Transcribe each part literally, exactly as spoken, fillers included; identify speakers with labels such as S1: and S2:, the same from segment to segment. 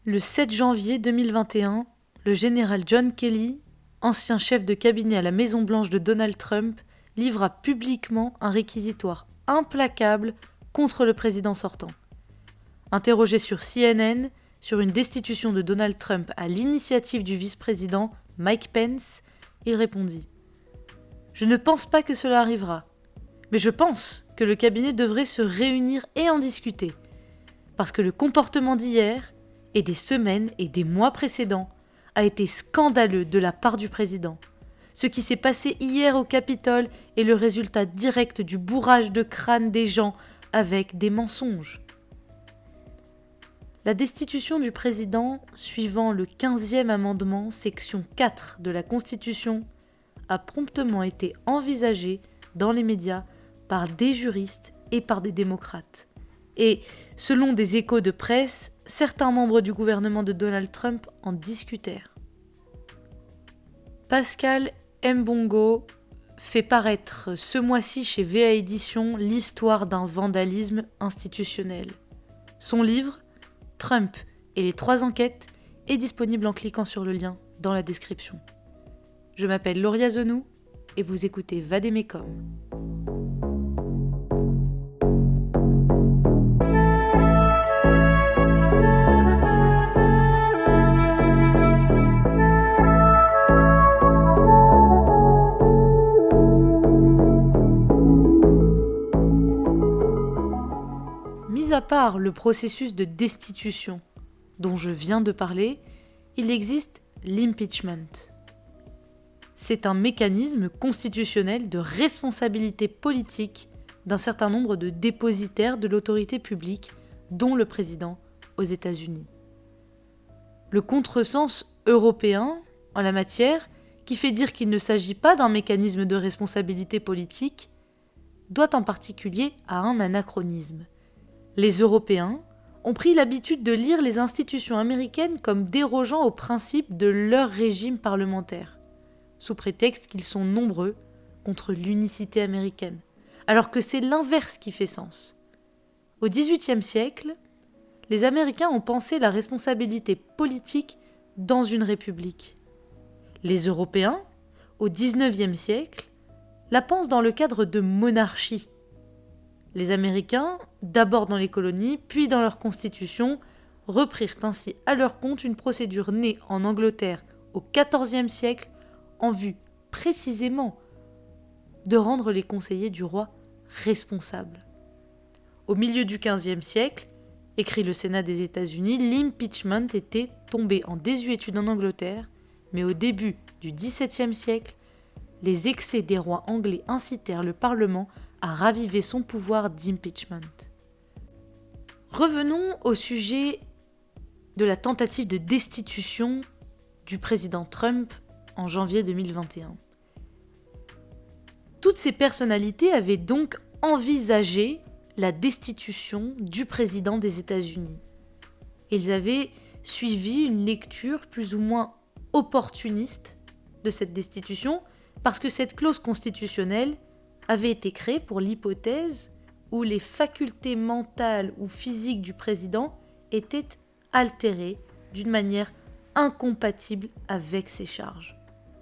S1: Le sept janvier deux mille vingt et un, le général John Kelly, ancien chef de cabinet à la Maison-Blanche de Donald Trump, livra publiquement un réquisitoire implacable contre le président sortant. Interrogé sur C N N sur une destitution de Donald Trump à l'initiative du vice-président Mike Pence, il répondit « Je ne pense pas que cela arrivera, mais je pense que le cabinet devrait se réunir et en discuter, parce que le comportement d'hier et des semaines et des mois précédents a été scandaleux de la part du président. Ce qui s'est passé hier au Capitole est le résultat direct du bourrage de crâne des gens avec des mensonges. » La destitution du président, suivant le quinzième amendement, section quatre de la Constitution, a promptement été envisagée dans les médias par des juristes et par des démocrates. Et, selon des échos de presse, certains membres du gouvernement de Donald Trump en discutèrent. Pascal Mbongo fait paraître ce mois-ci chez V A Éditions l'histoire d'un vandalisme institutionnel. Son livre, Trump et les trois enquêtes, est disponible en cliquant sur le lien dans la description. Je m'appelle Lauria Zenou et vous écoutez Vadémécom. Mis à part le processus de destitution dont je viens de parler, il existe l'impeachment. C'est un mécanisme constitutionnel de responsabilité politique d'un certain nombre de dépositaires de l'autorité publique, dont le président aux États-Unis. Le contresens européen en la matière, qui fait dire qu'il ne s'agit pas d'un mécanisme de responsabilité politique, doit en particulier à un anachronisme. Les Européens ont pris l'habitude de lire les institutions américaines comme dérogeant aux principes de leur régime parlementaire, sous prétexte qu'ils sont nombreux contre l'unicité américaine, alors que c'est l'inverse qui fait sens. Au dix-huitième siècle, les Américains ont pensé la responsabilité politique dans une république. Les Européens, au dix-neuvième siècle, la pensent dans le cadre de monarchies. Les Américains, d'abord dans les colonies, puis dans leur constitution, reprirent ainsi à leur compte une procédure née en Angleterre au quatorzième siècle en vue, précisément, de rendre les conseillers du roi responsables. Au milieu du quinzième siècle, écrit le Sénat des États-Unis, l'impeachment était tombé en désuétude en Angleterre, mais au début du dix-septième siècle, les excès des rois anglais incitèrent le Parlement à raviver son pouvoir d'impeachment. Revenons au sujet de la tentative de destitution du président Trump en janvier deux mille vingt et un. Toutes ces personnalités avaient donc envisagé la destitution du président des États-Unis. Ils avaient suivi une lecture plus ou moins opportuniste de cette destitution parce que cette clause constitutionnelle avait été créée pour l'hypothèse où les facultés mentales ou physiques du président étaient altérées d'une manière incompatible avec ses charges.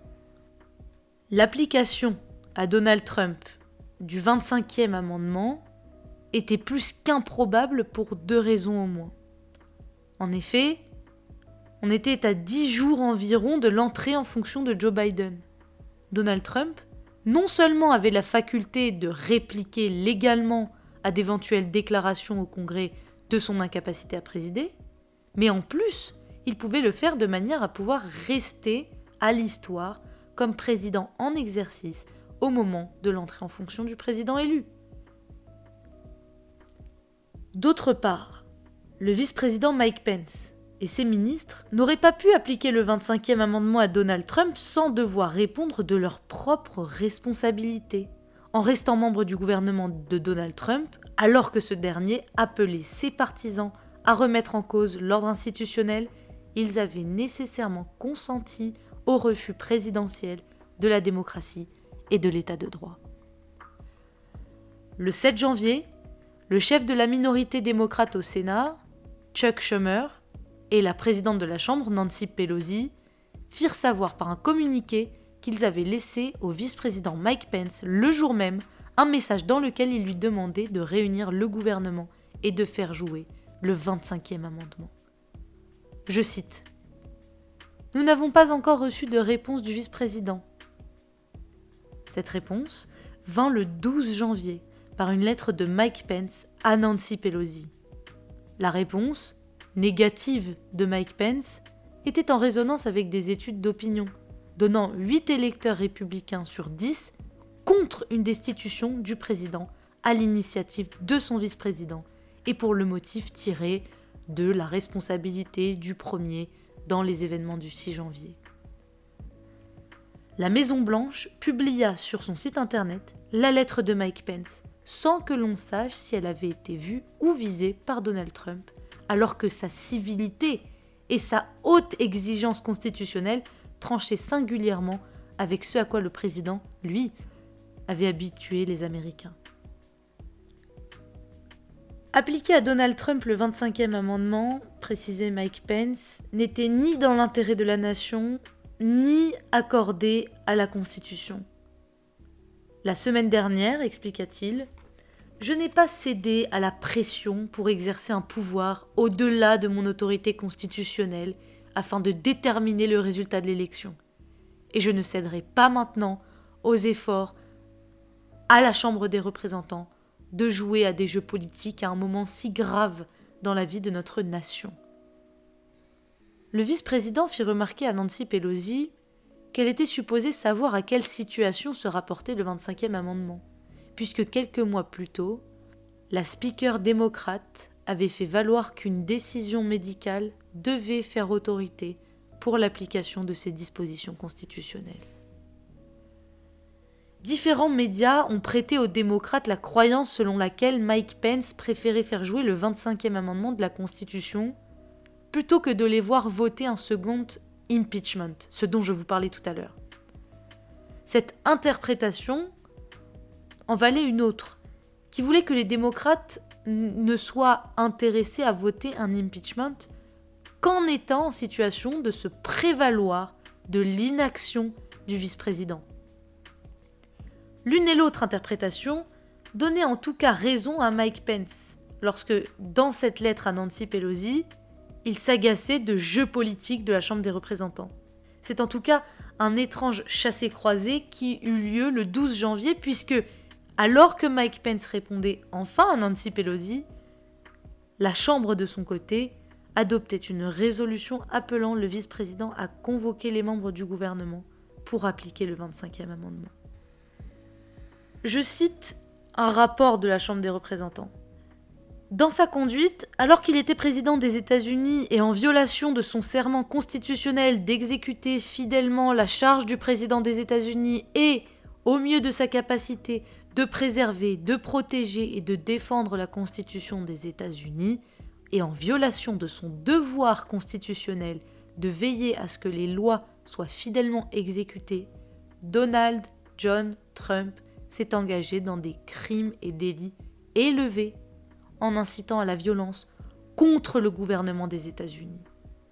S1: L'application à Donald Trump du vingt-cinquième amendement était plus qu'improbable pour deux raisons au moins. En effet, on était à dix jours environ de l'entrée en fonction de Joe Biden. Donald Trump non seulement avait la faculté de répliquer légalement à d'éventuelles déclarations au Congrès de son incapacité à présider, mais en plus, il pouvait le faire de manière à pouvoir rester à l'histoire comme président en exercice au moment de l'entrée en fonction du président élu. D'autre part, le vice-président Mike Pence et ses ministres n'auraient pas pu appliquer le vingt-cinquième amendement à Donald Trump sans devoir répondre de leurs propres responsabilités, en restant membre du gouvernement de Donald Trump, alors que ce dernier appelait ses partisans à remettre en cause l'ordre institutionnel, ils avaient nécessairement consenti au refus présidentiel de la démocratie et de l'état de droit. Le sept janvier, le chef de la minorité démocrate au Sénat, Chuck Schumer, et la présidente de la Chambre, Nancy Pelosi, firent savoir par un communiqué qu'ils avaient laissé au vice-président Mike Pence le jour même un message dans lequel ils lui demandaient de réunir le gouvernement et de faire jouer le vingt-cinquième amendement. Je cite « Nous n'avons pas encore reçu de réponse du vice-président. » Cette réponse vint le douze janvier par une lettre de Mike Pence à Nancy Pelosi. La réponse, négative de Mike Pence, était en résonance avec des études d'opinion, donnant huit électeurs républicains sur dix contre une destitution du président à l'initiative de son vice-président et pour le motif tiré de la responsabilité du premier dans les événements du six janvier. La Maison-Blanche publia sur son site internet la lettre de Mike Pence sans que l'on sache si elle avait été vue ou visée par Donald Trump, alors que sa civilité et sa haute exigence constitutionnelle tranchaient singulièrement avec ce à quoi le président, lui, avait habitué les Américains. Appliquer à Donald Trump le vingt-cinquième amendement, précisait Mike Pence, n'était ni dans l'intérêt de la nation, ni accordé à la Constitution. La semaine dernière, expliqua-t-il, je n'ai pas cédé à la pression pour exercer un pouvoir au-delà de mon autorité constitutionnelle afin de déterminer le résultat de l'élection. Et je ne céderai pas maintenant aux efforts à la Chambre des représentants de jouer à des jeux politiques à un moment si grave dans la vie de notre nation. Le vice-président fit remarquer à Nancy Pelosi qu'elle était supposée savoir à quelle situation se rapportait le vingt-cinquième amendement, puisque quelques mois plus tôt, la speaker démocrate avait fait valoir qu'une décision médicale devait faire autorité pour l'application de ces dispositions constitutionnelles. Différents médias ont prêté aux démocrates la croyance selon laquelle Mike Pence préférait faire jouer le vingt-cinquième amendement de la Constitution plutôt que de les voir voter un second impeachment, ce dont je vous parlais tout à l'heure. Cette interprétation en valait une autre, qui voulait que les démocrates n- ne soient intéressés à voter un impeachment qu'en étant en situation de se prévaloir de l'inaction du vice-président. L'une et l'autre interprétation donnaient en tout cas raison à Mike Pence, lorsque, dans cette lettre à Nancy Pelosi, il s'agaçait de jeux politiques de la Chambre des représentants. C'est en tout cas un étrange chassé-croisé qui eut lieu le douze janvier, puisque, alors que Mike Pence répondait enfin à Nancy Pelosi, la Chambre de son côté adoptait une résolution appelant le vice-président à convoquer les membres du gouvernement pour appliquer le vingt-cinquième amendement. Je cite un rapport de la Chambre des représentants. Dans sa conduite, alors qu'il était président des États-Unis et en violation de son serment constitutionnel d'exécuter fidèlement la charge du président des États-Unis et, au mieux de sa capacité, de préserver, de protéger et de défendre la Constitution des États-Unis, et en violation de son devoir constitutionnel de veiller à ce que les lois soient fidèlement exécutées, Donald John Trump s'est engagé dans des crimes et délits élevés en incitant à la violence contre le gouvernement des États-Unis.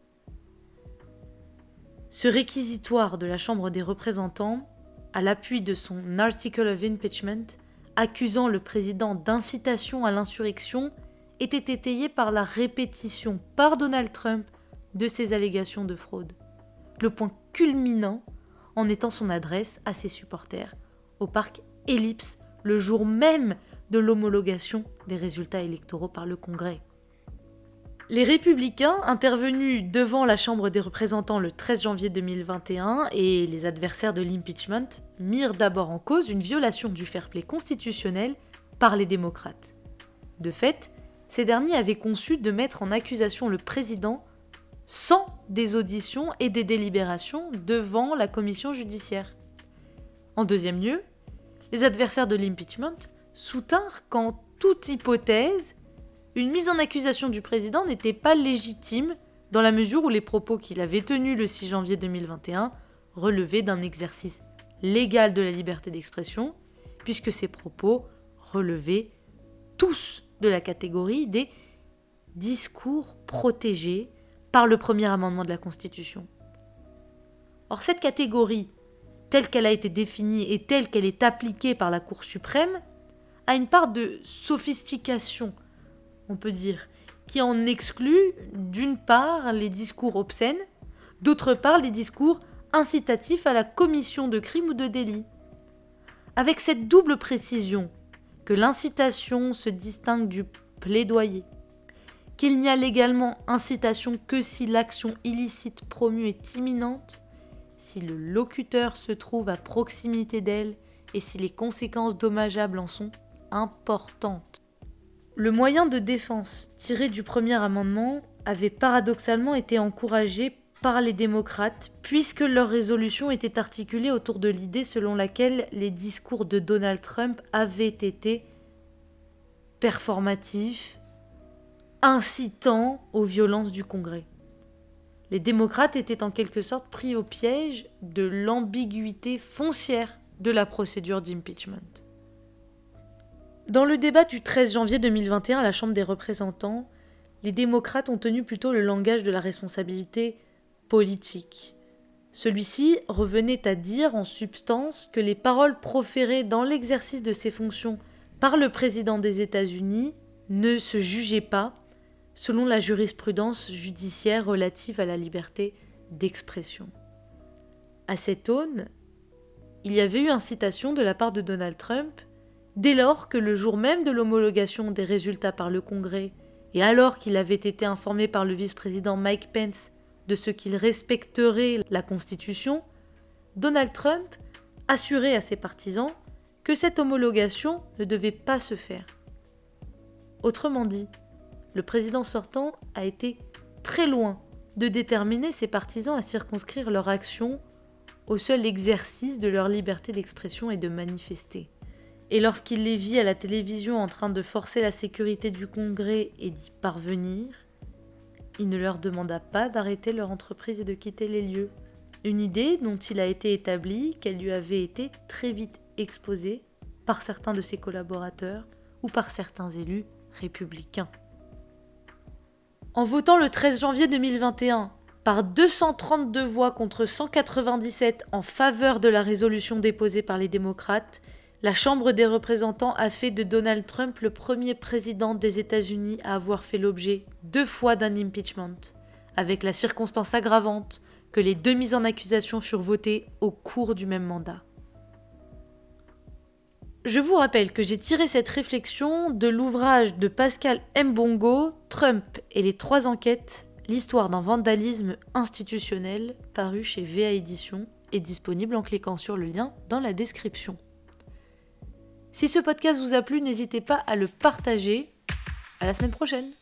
S1: Ce réquisitoire de la Chambre des représentants, à l'appui de son Article of Impeachment, accusant le président d'incitation à l'insurrection, était étayé par la répétition par Donald Trump de ses allégations de fraude. Le point culminant en étant son adresse à ses supporters au parc Ellipse le jour même de l'homologation des résultats électoraux par le Congrès. Les républicains, intervenus devant la Chambre des représentants le treize janvier deux mille vingt et un et les adversaires de l'impeachment, mirent d'abord en cause une violation du fair-play constitutionnel par les démocrates. De fait, ces derniers avaient conçu de mettre en accusation le président sans des auditions et des délibérations devant la commission judiciaire. En deuxième lieu, les adversaires de l'impeachment soutinrent qu'en toute hypothèse, une mise en accusation du président n'était pas légitime dans la mesure où les propos qu'il avait tenus le six janvier deux mille vingt et un relevaient d'un exercice légal de la liberté d'expression, puisque ces propos relevaient tous de la catégorie des discours protégés par le premier amendement de la Constitution. Or, cette catégorie, telle qu'elle a été définie et telle qu'elle est appliquée par la Cour suprême, a une part de sophistication, on peut dire, qui en exclut d'une part les discours obscènes, d'autre part les discours incitatifs à la commission de crimes ou de délits. Avec cette double précision que l'incitation se distingue du plaidoyer, qu'il n'y a légalement incitation que si l'action illicite promue est imminente, si le locuteur se trouve à proximité d'elle et si les conséquences dommageables en sont importantes. Le moyen de défense tiré du premier amendement avait paradoxalement été encouragé par les démocrates, puisque leur résolution était articulée autour de l'idée selon laquelle les discours de Donald Trump avaient été performatifs, incitant aux violences du Congrès. Les démocrates étaient en quelque sorte pris au piège de l'ambiguïté foncière de la procédure d'impeachment. Dans le débat du treize janvier deux mille vingt et un à la Chambre des représentants, les démocrates ont tenu plutôt le langage de la responsabilité politique. Celui-ci revenait à dire en substance que les paroles proférées dans l'exercice de ses fonctions par le président des États-Unis ne se jugeaient pas selon la jurisprudence judiciaire relative à la liberté d'expression. À cette aune, il y avait eu incitation de la part de Donald Trump dès lors que le jour même de l'homologation des résultats par le Congrès et alors qu'il avait été informé par le vice-président Mike Pence de ce qu'il respecterait la Constitution, Donald Trump assurait à ses partisans que cette homologation ne devait pas se faire. Autrement dit, le président sortant a été très loin de déterminer ses partisans à circonscrire leur action au seul exercice de leur liberté d'expression et de manifester. Et lorsqu'il les vit à la télévision en train de forcer la sécurité du Congrès et d'y parvenir, il ne leur demanda pas d'arrêter leur entreprise et de quitter les lieux. Une idée dont il a été établi qu'elle lui avait été très vite exposée par certains de ses collaborateurs ou par certains élus républicains. En votant le treize janvier deux mille vingt et un par deux cent trente-deux voix contre cent quatre-vingt-dix-sept en faveur de la résolution déposée par les démocrates, la Chambre des représentants a fait de Donald Trump le premier président des États-Unis à avoir fait l'objet deux fois d'un impeachment, avec la circonstance aggravante que les deux mises en accusation furent votées au cours du même mandat. Je vous rappelle que j'ai tiré cette réflexion de l'ouvrage de Pascal Mbongo, Trump et les trois enquêtes, l'histoire d'un vandalisme institutionnel, paru chez V A Éditions et disponible en cliquant sur le lien dans la description. Si ce podcast vous a plu, n'hésitez pas à le partager. À la semaine prochaine.